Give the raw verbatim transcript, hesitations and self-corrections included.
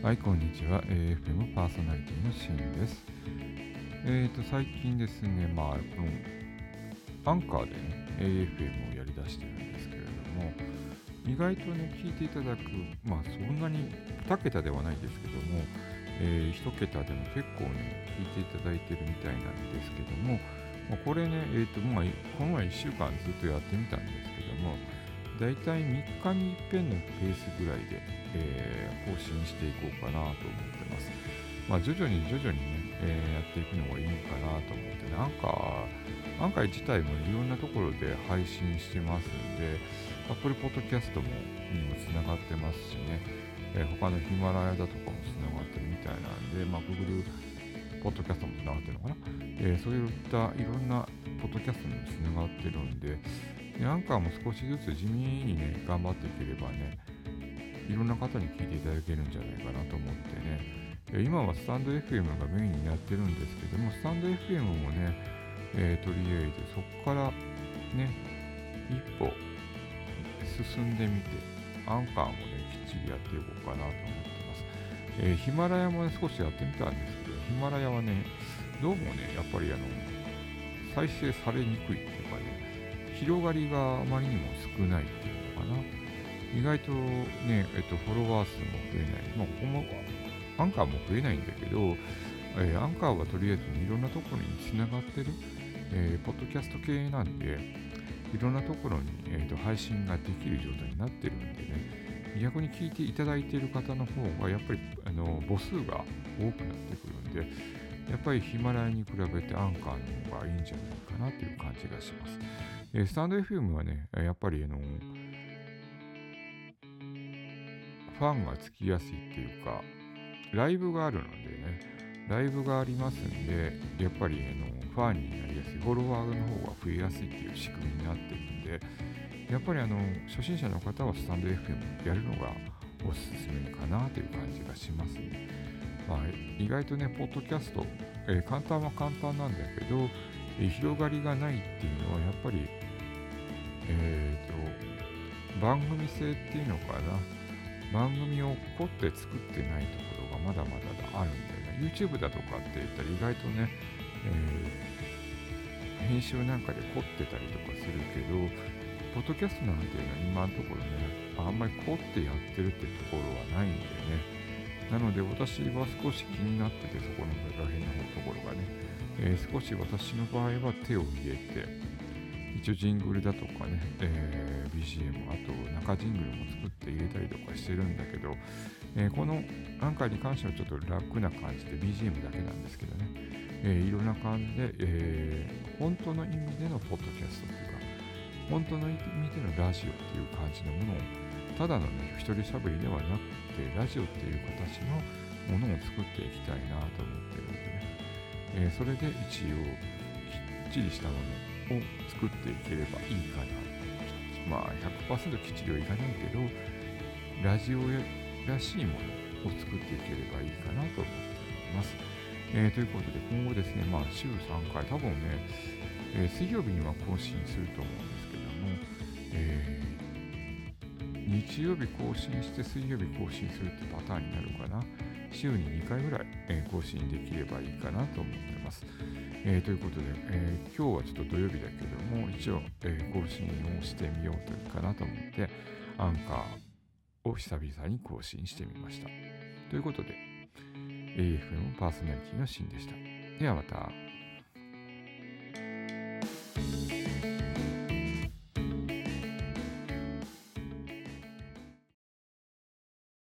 はい、こんにちは。エーエフエム パーソナリティのシンです。えーと、最近ですね、まあ、このアンカーでね、エーエフエム をやり出してるんですけれども、意外とね、聞いていただく、まあ、そんなにに桁ではないですけども、えー、いち桁でも結構ね、聞いていただいてるみたいなんですけども、まあこれね、えーと、まあ、この前いっしゅうかんずっとやってみたんですけども、だいたいみっかに一遍のペースぐらいで、えー更新していこうかなと思ってます。まあ、徐々に徐々にね、えーやっていくのがいいかなと思ってね、アンカー、アンカー自体もいろんなところで配信してますんで、Apple Podcast もにもつながってますしね、えー他のヒマラヤだとかもつながってるみたいなんで、まあ、Google Podcast もつながってるのかな、えーそういったいろんなポッドキャストにもつながってるんで、でアンカーも少しずつ地味にね、頑張っていければね、いろんな方に聞いていただけるんじゃないかなと思ってね、え今はスタンド エフエム がメインになってるんですけども、スタンド エフエム もね、えーとりあえずそこからね、一歩進んでみて、アンカーもね、きっちりやっていこうかなと思ってます。えーヒマラヤもね、少しやってみたんですけど、ヒマラヤはね、どうもね、やっぱりあの、再生されにくいっていうかね、広がりがあまりにも少ないっていうのかな。意外とね、えっと、フォロワー数も増えない。まあ、ここも、アンカーも増えないんだけど、えーアンカーはとりあえずいろんなところにつながってる、えーポッドキャスト系なんで、いろんなところに、えーと配信ができる状態になってるんでね、逆に聞いていただいている方の方が、やっぱりあの母数が多くなってくるんで、やっぱりヒマラヤに比べてアンカーの方がいいんじゃないかなという感じがします。えースタンド エフエム はね、やっぱりあのファンがつきやすいっていうか、ライブがあるのでね、ライブがありますんで、やっぱりあのファンになりやすい、フォロワーの方が増えやすいっていう仕組みになってるんで、やっぱりあの初心者の方はスタンド エフエム やるのがおすすめかなという感じがしますね。まあ、意外とね、ポッドキャスト、えー簡単は簡単なんだけど、えー広がりがないっていうのはやっぱり、えーと、番組性っていうのかな。番組を凝って作ってないところがまだまだあるんだよね。YouTube だとかって言ったら意外とね、えー編集なんかで凝ってたりとかするけど、ポッドキャストなんていうのは今のところね、あんまり凝ってやってるってところはないんだよね。なので私は少し気になってて、そこのら辺のところがね、えー少し私の場合は手を入れて、一応ジングルだとかね、えー ビージーエム、あと中ジングルも作って入れたりとかしてるんだけど、えーこのアンカーに関してはちょっと楽な感じで ビージーエム だけなんですけどね、えーいろんな感じで、えー本当の意味でのポッドキャストというか、本当の意味でのラジオっていう感じのものを、ただのね、一人喋りではなくて、ラジオっていう形のものを作っていきたいなと思ってるんでね、えーそれで一応きっちりしたものを作っていければいいかな。まあひゃくパーセントきっちりはいかないけど、ラジオらしいものを作っていければいいかなと思っております。えーということで今後ですね、まあ週さんかい、多分ね、えー水曜日には更新すると思うんですけども、えー日曜日更新して水曜日更新するってパターンになるかな。週ににかいぐらい、えー更新できればいいかなと思ってます。えーということで、えー今日はちょっと土曜日だけども、一応、えー更新をしてみようというかなと思って、アンカーを久々に更新してみました。ということで、エーエフエム パーソナリティのシンでした。ではまた。